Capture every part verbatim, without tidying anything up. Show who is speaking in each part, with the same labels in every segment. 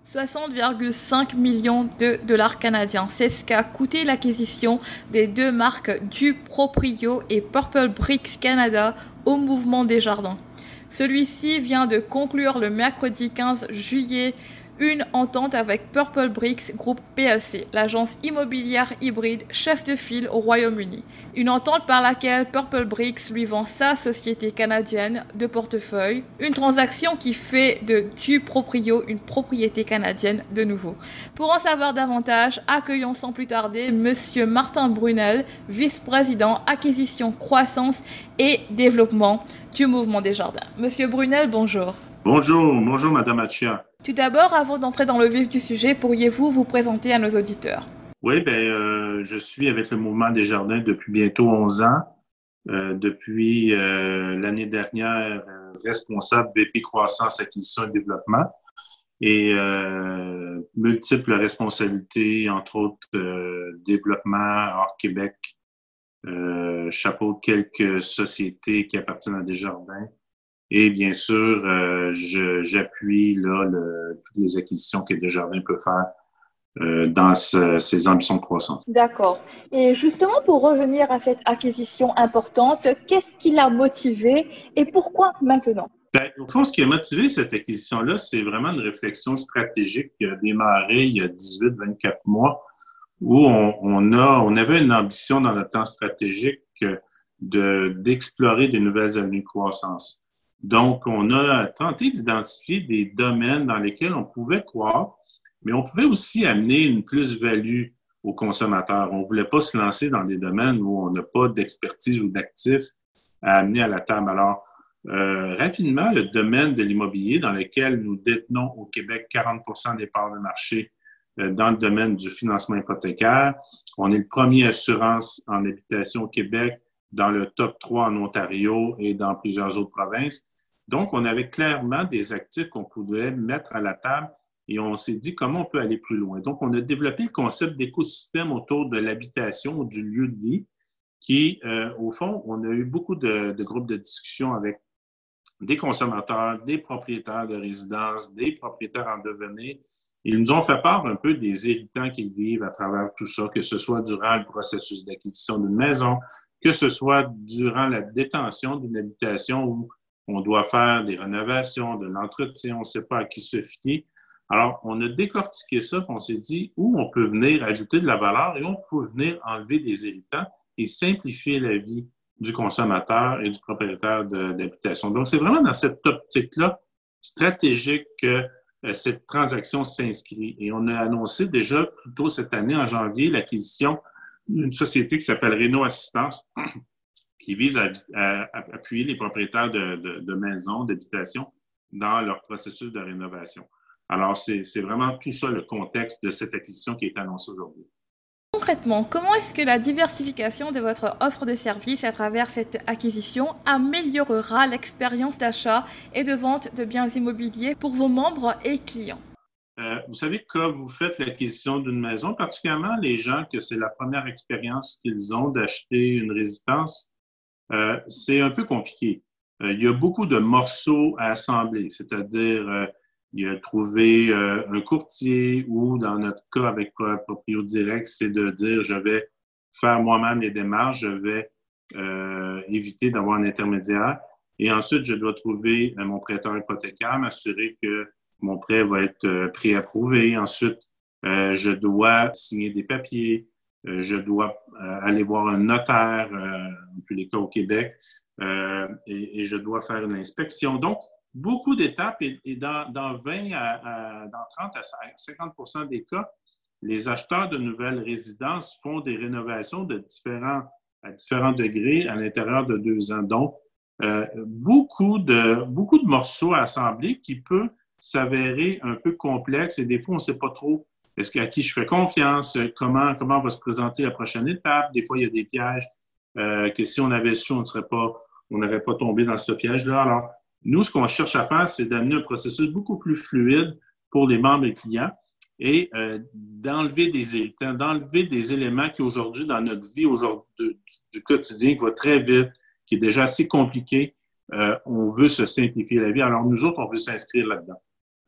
Speaker 1: soixante virgule cinq millions de dollars canadiens. C'est ce qu'a coûté l'acquisition des deux marques Duproprio et Purple Bricks Canada au Mouvement Desjardins. Celui-ci vient de conclure le mercredi quinze juillet une entente avec Purple Bricks Group P L C, l'agence immobilière hybride chef de file au Royaume-Uni. Une entente par laquelle Purple Bricks lui vend sa société canadienne de portefeuille, une transaction qui fait de Duproprio une propriété canadienne de nouveau. Pour en savoir davantage, accueillons sans plus tarder Monsieur Martin Brunel, vice-président acquisition, croissance et développement du Mouvement Desjardins. Monsieur Brunel, bonjour.
Speaker 2: Bonjour, bonjour Madame Achia.
Speaker 1: Tout d'abord, avant d'entrer dans le vif du sujet, pourriez-vous vous présenter à nos auditeurs?
Speaker 2: Oui, ben, euh, je suis avec le Mouvement Desjardins depuis bientôt onze ans. Euh, depuis euh, l'année dernière, euh, responsable V P Croissance, Acquisition et Développement. Et euh, multiples responsabilités, entre autres euh, développement hors Québec, euh, chapeau de quelques sociétés qui appartiennent à Desjardins. Et bien sûr, euh, je, j'appuie là le, toutes les acquisitions que Desjardins peut faire euh, dans ce, ses ambitions de croissance.
Speaker 1: D'accord. Et justement, pour revenir à cette acquisition importante, qu'est-ce qui l'a motivé et pourquoi maintenant?
Speaker 2: Ben, au fond, ce qui a motivé cette acquisition-là, c'est vraiment une réflexion stratégique qui a démarré il y a dix-huit à vingt-quatre mois, où on, on, a, on avait une ambition dans notre temps stratégique de, d'explorer de nouvelles avenues de croissance. Donc, on a tenté d'identifier des domaines dans lesquels on pouvait croire, mais on pouvait aussi amener une plus-value aux consommateurs. On ne voulait pas se lancer dans des domaines où on n'a pas d'expertise ou d'actifs à amener à la table. Alors, euh, rapidement, le domaine de l'immobilier dans lequel nous détenons au Québec quarante pour cent des parts de marché euh, dans le domaine du financement hypothécaire. On est le premier assurance en habitation au Québec, dans le top trois en Ontario et dans plusieurs autres provinces. Donc, on avait clairement des actifs qu'on pouvait mettre à la table et on s'est dit comment on peut aller plus loin. Donc, on a développé le concept d'écosystème autour de l'habitation ou du lieu de vie qui, euh, au fond, on a eu beaucoup de, de groupes de discussion avec des consommateurs, des propriétaires de résidences, des propriétaires en devenir. Ils nous ont fait part un peu des irritants qu'ils vivent à travers tout ça, que ce soit durant le processus d'acquisition d'une maison, que ce soit durant la détention d'une habitation où on doit faire des rénovations, de l'entretien, on ne sait pas à qui se fier. Alors, on a décortiqué ça, on s'est dit où on peut venir ajouter de la valeur et on peut venir enlever des irritants et simplifier la vie du consommateur et du propriétaire de, d'habitation. Donc, c'est vraiment dans cette optique-là stratégique que euh, cette transaction s'inscrit. Et on a annoncé déjà plus tôt cette année, en janvier, l'acquisition d'une société qui s'appelle Réno Assistance, qui vise à, à, à appuyer les propriétaires de, de, de maisons, d'habitation dans leur processus de rénovation. Alors, c'est, c'est vraiment tout ça le contexte de cette acquisition qui est annoncée aujourd'hui.
Speaker 1: Concrètement, comment est-ce que la diversification de votre offre de services à travers cette acquisition améliorera l'expérience d'achat et de vente de biens immobiliers pour vos membres et clients?
Speaker 2: Euh, vous savez, quand vous faites l'acquisition d'une maison, particulièrement les gens que c'est la première expérience qu'ils ont d'acheter une résidence, euh, c'est un peu compliqué. Euh, il y a beaucoup de morceaux à assembler, c'est-à-dire euh, il y a trouver euh, un courtier ou, dans notre cas avec Proprio Direct, c'est de dire je vais faire moi-même les démarches, je vais euh, éviter d'avoir un intermédiaire. Et ensuite, je dois trouver euh, mon prêteur hypothécaire, m'assurer que mon prêt va être euh, préapprouvé. Ensuite, euh, je dois signer des papiers. Euh, je dois euh, aller voir un notaire, euh, en tous les cas au Québec, euh, et, et je dois faire une inspection. Donc, beaucoup d'étapes et, et dans, dans vingt à, à dans trente à cinquante pour cent des cas, les acheteurs de nouvelles résidences font des rénovations de différents, à différents degrés à l'intérieur de deux ans. Donc, euh, beaucoup de, beaucoup de morceaux à assembler qui peut s'avérer un peu complexe et des fois, on ne sait pas trop est-ce qu'à qui je fais confiance, comment, comment va se présenter la prochaine étape. Des fois, il y a des pièges euh, que si on avait su, on ne serait pas, on n'aurait pas tombé dans ce piège-là. Alors, nous, ce qu'on cherche à faire, c'est d'amener un processus beaucoup plus fluide pour les membres et clients et euh, d'enlever des irritants, d'enlever des éléments qui aujourd'hui, dans notre vie aujourd'hui, du, du quotidien, qui va très vite, qui est déjà assez compliqué, euh, on veut se simplifier la vie. Alors, nous autres, on veut s'inscrire là-dedans.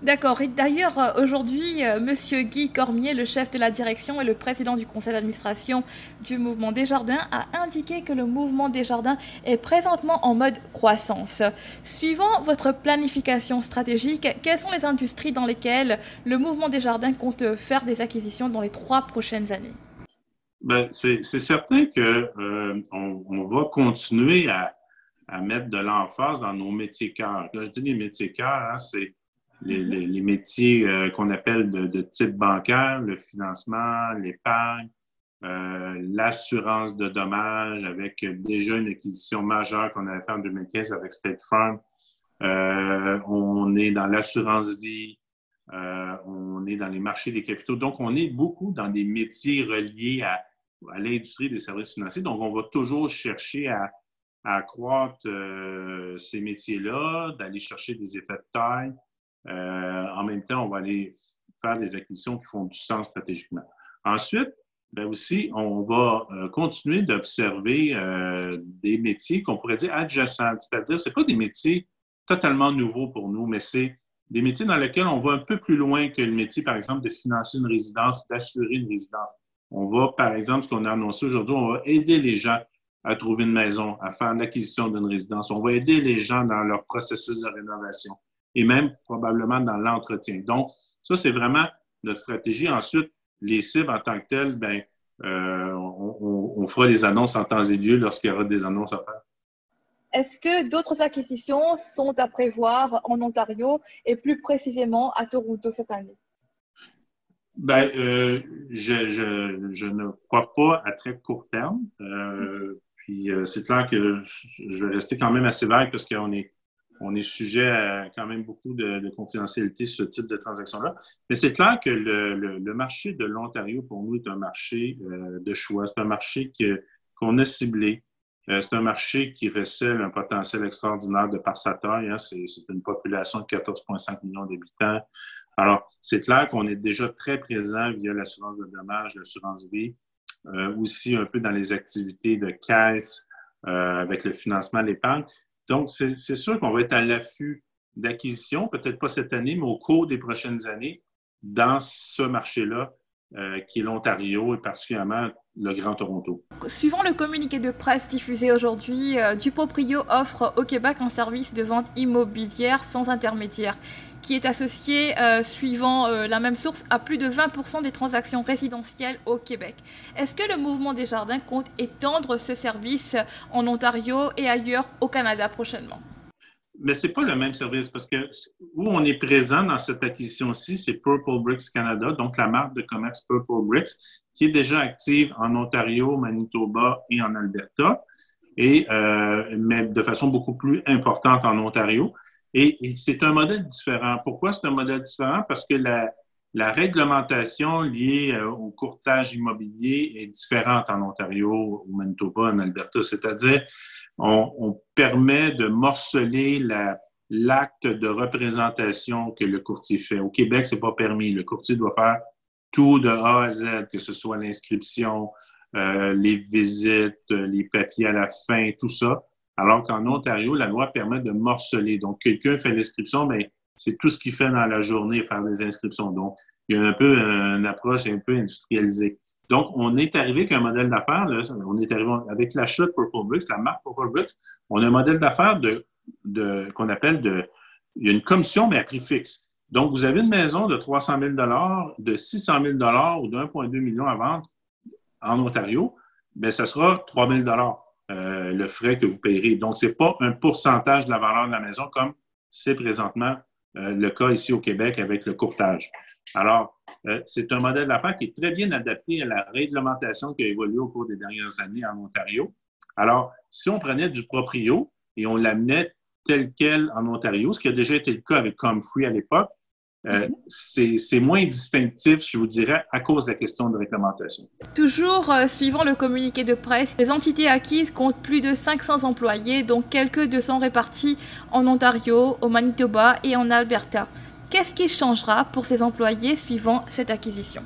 Speaker 1: D'accord. Et d'ailleurs, euh, aujourd'hui, euh, Monsieur Guy Cormier, le chef de la direction et le président du conseil d'administration du Mouvement Desjardins, a indiqué que le Mouvement Desjardins est présentement en mode croissance. Suivant votre planification stratégique, quelles sont les industries dans lesquelles le Mouvement Desjardins compte faire des acquisitions dans les trois prochaines années?
Speaker 2: Ben, c'est, c'est certain que euh, on, on va continuer à, à mettre de l'emphase dans nos métiers cœurs. Là, je dis les métiers cœurs, hein, c'est les, les, les métiers euh, qu'on appelle de, de type bancaire, le financement, l'épargne, euh, l'assurance de dommages avec déjà une acquisition majeure qu'on avait faite en deux mille quinze avec State Farm. Euh, on est dans l'assurance vie, euh, on est dans les marchés des capitaux. Donc, on est beaucoup dans des métiers reliés à, à l'industrie des services financiers. Donc, on va toujours chercher à, à accroître euh, ces métiers-là, d'aller chercher des effets de taille. Euh, en même temps, on va aller faire des acquisitions qui font du sens stratégiquement. Ensuite, ben aussi, on va euh, continuer d'observer euh, des métiers qu'on pourrait dire adjacents, c'est-à-dire, ce n'est pas des métiers totalement nouveaux pour nous, mais c'est des métiers dans lesquels on va un peu plus loin que le métier, par exemple, de financer une résidence, d'assurer une résidence. On va, par exemple, ce qu'on a annoncé aujourd'hui, on va aider les gens à trouver une maison, à faire l'acquisition d'une résidence. On va aider les gens dans leur processus de rénovation et même probablement dans l'entretien. Donc, ça, c'est vraiment notre stratégie. Ensuite, les cibles en tant que telles, ben, euh, on, on, on fera les annonces en temps et lieu lorsqu'il y aura des annonces à faire.
Speaker 1: Est-ce que d'autres acquisitions sont à prévoir en Ontario et plus précisément à Toronto cette année?
Speaker 2: Ben, euh, je, je, je ne crois pas à très court terme. Euh, puis euh, c'est clair que je vais rester quand même assez vague parce qu'on est, on est sujet à quand même beaucoup de, de confidentialité sur ce type de transaction-là. Mais c'est clair que le, le, le marché de l'Ontario, pour nous, est un marché euh, de choix. C'est un marché que, qu'on a ciblé. Euh, c'est un marché qui recèle un potentiel extraordinaire de par sa taille. Hein. C'est, c'est une population de quatorze virgule cinq millions d'habitants. Alors, c'est clair qu'on est déjà très présent via l'assurance de dommages, l'assurance vie, euh, aussi un peu dans les activités de caisse euh, avec le financement de l'épargne. Donc, c'est, c'est sûr qu'on va être à l'affût d'acquisition, peut-être pas cette année, mais au cours des prochaines années, dans ce marché-là, euh, qui est l'Ontario et particulièrement le Grand Toronto.
Speaker 1: Suivant le communiqué de presse diffusé aujourd'hui, euh, Duproprio offre au Québec un service de vente immobilière sans intermédiaire, qui est associé, euh, suivant euh, la même source, à plus de vingt pour cent des transactions résidentielles au Québec. Est-ce que le Mouvement Desjardins compte étendre ce service en Ontario et ailleurs au Canada prochainement?
Speaker 2: Mais ce n'est pas le même service parce que où on est présent dans cette acquisition-ci, c'est Purple Bricks Canada, donc la marque de commerce Purple Bricks, qui est déjà active en Ontario, Manitoba et en Alberta, et, euh, mais de façon beaucoup plus importante en Ontario. Et, et c'est un modèle différent. Pourquoi c'est un modèle différent? Parce que la, la réglementation liée euh, au courtage immobilier est différente en Ontario, au Manitoba, en Alberta. C'est-à-dire, On, on permet de morceler la, l'acte de représentation que le courtier fait. Au Québec, c'est pas permis. Le courtier doit faire tout de A à Z, que ce soit l'inscription, euh, les visites, les papiers à la fin, tout ça. Alors qu'en Ontario, la loi permet de morceler. Donc, quelqu'un fait l'inscription, mais c'est tout ce qu'il fait dans la journée, faire des inscriptions. Donc, il y a un peu une approche un peu industrialisée. Donc, on est arrivé avec un modèle d'affaires, là, on est arrivé avec l'achat de Purple Bricks, la marque Purple Bricks, on a un modèle d'affaires de, de, qu'on appelle de, il y a une commission, mais à prix fixe. Donc, vous avez une maison de trois cent mille dollars, de six cent mille dollars ou de un virgule deux million à vendre en Ontario, bien, ça sera trois mille dollars euh, le frais que vous payerez. Donc, ce n'est pas un pourcentage de la valeur de la maison comme c'est présentement euh, le cas ici au Québec avec le courtage. Alors, euh, c'est un modèle d'affaires qui est très bien adapté à la réglementation qui a évolué au cours des dernières années en Ontario. Alors, si on prenait du proprio et on l'amenait tel quel en Ontario, ce qui a déjà été le cas avec Comfrey à l'époque, euh, c'est, c'est moins distinctif, je vous dirais, à cause de la question de réglementation.
Speaker 1: Toujours euh, suivant le communiqué de presse, les entités acquises comptent plus de cinq cents employés, dont quelques deux cents répartis en Ontario, au Manitoba et en Alberta. Qu'est-ce qui changera pour ces employés suivant cette acquisition?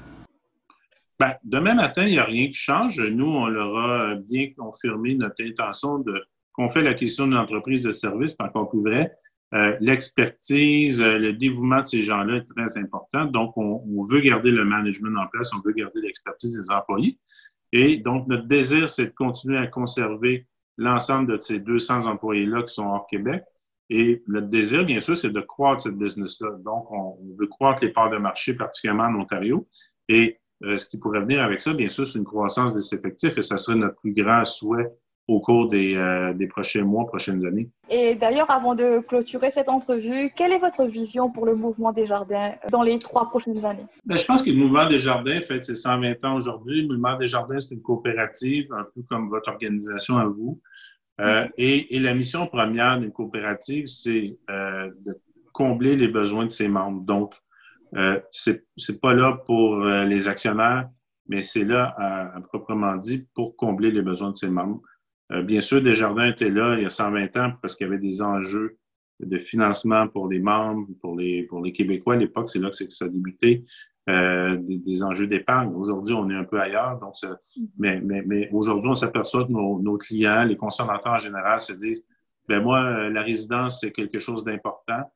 Speaker 2: Ben, demain matin, il n'y a rien qui change. Nous, on leur a bien confirmé notre intention de qu'on fait l'acquisition d'une entreprise de service, c'est encore plus vrai, Euh, l'expertise, euh, le dévouement de ces gens-là est très important. Donc, on, on veut garder le management en place, on veut garder l'expertise des employés. Et donc, notre désir, c'est de continuer à conserver l'ensemble de ces deux cents employés-là qui sont hors Québec. Et notre désir, bien sûr, c'est de croître cette business-là. Donc, on, on veut croître les parts de marché, particulièrement en Ontario. Et euh, ce qui pourrait venir avec ça, bien sûr, c'est une croissance des effectifs et ça serait notre plus grand souhait au cours des, euh, des prochains mois, prochaines années.
Speaker 1: Et d'ailleurs, avant de clôturer cette entrevue, quelle est votre vision pour le mouvement Desjardins dans les trois prochaines années?
Speaker 2: Bien, je pense que le mouvement Desjardins fête ses cent vingt ans aujourd'hui. Le mouvement Desjardins, c'est une coopérative, un peu comme votre organisation à vous. Euh, et, et la mission première d'une coopérative, c'est euh, de combler les besoins de ses membres. Donc, euh, c'est, c'est pas là pour euh, les actionnaires, mais c'est là, à, à proprement dit, pour combler les besoins de ses membres. Euh, bien sûr, Desjardins était là il y a cent vingt ans parce qu'il y avait des enjeux de financement pour les membres, pour les, pour les Québécois. À l'époque, c'est là que, c'est que ça a débuté, euh, des, des enjeux d'épargne. Aujourd'hui, on est un peu ailleurs. Donc, ça, mais, mais, mais aujourd'hui, on s'aperçoit que nos, nos clients, les consommateurs en général, se disent, ben moi, la résidence, c'est quelque chose d'important.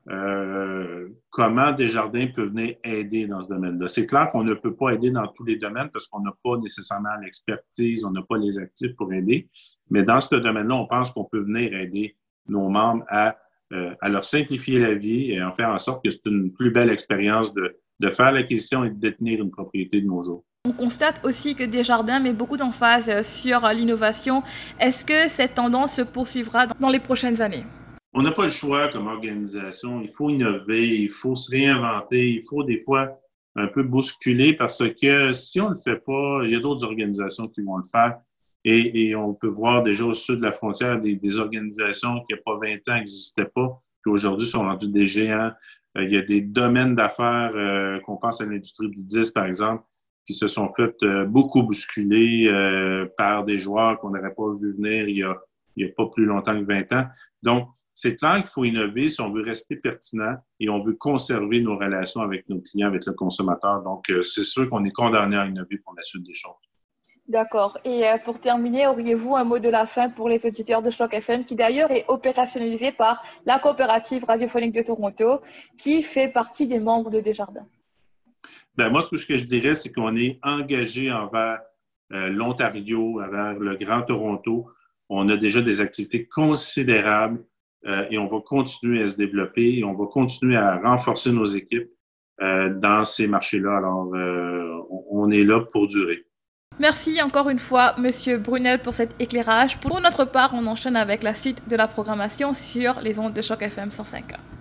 Speaker 2: Euh, comment Desjardins peut venir aider dans ce domaine-là? C'est clair qu'on ne peut pas aider dans tous les domaines parce qu'on n'a pas nécessairement l'expertise, on n'a pas les actifs pour aider. Mais dans ce domaine-là, on pense qu'on peut venir aider nos membres à, euh, à leur simplifier la vie et en faire en sorte que c'est une plus belle expérience de, de faire l'acquisition et de détenir une propriété de nos jours.
Speaker 1: On constate aussi que Desjardins met beaucoup d'emphase sur l'innovation. Est-ce que cette tendance se poursuivra dans les prochaines années?
Speaker 2: On n'a pas le choix comme organisation. Il faut innover, il faut se réinventer, il faut des fois un peu bousculer parce que si on ne le fait pas, il y a d'autres organisations qui vont le faire. Et, et on peut voir déjà au sud de la frontière des, des organisations qui, il n'y a pas vingt ans, n'existaient pas, qui aujourd'hui sont rendus des géants. Euh, il y a des domaines d'affaires, euh, qu'on pense à l'industrie du disque, par exemple, qui se sont fait euh, beaucoup bousculer euh, par des joueurs qu'on n'aurait pas vu venir il y a, il y a pas plus longtemps que vingt ans. Donc, c'est clair qu'il faut innover si on veut rester pertinent et on veut conserver nos relations avec nos clients, avec le consommateur. Donc, euh, c'est sûr qu'on est condamné à innover pour la suite des choses.
Speaker 1: D'accord. Et euh, pour terminer, auriez-vous un mot de la fin pour les auditeurs de Choc F M, qui d'ailleurs est opérationnalisé par la coopérative radiophonique de Toronto, qui fait partie des membres de Desjardins?
Speaker 2: Ben, moi, ce que je dirais, c'est qu'on est engagé envers euh, l'Ontario, envers le Grand Toronto. On a déjà des activités considérables. Euh, et on va continuer à se développer et on va continuer à renforcer nos équipes euh, dans ces marchés-là. Alors, euh, on, on est là pour durer.
Speaker 1: Merci encore une fois, Monsieur Brunel, pour cet éclairage. Pour notre part, on enchaîne avec la suite de la programmation sur les ondes de Choc F M cent cinq.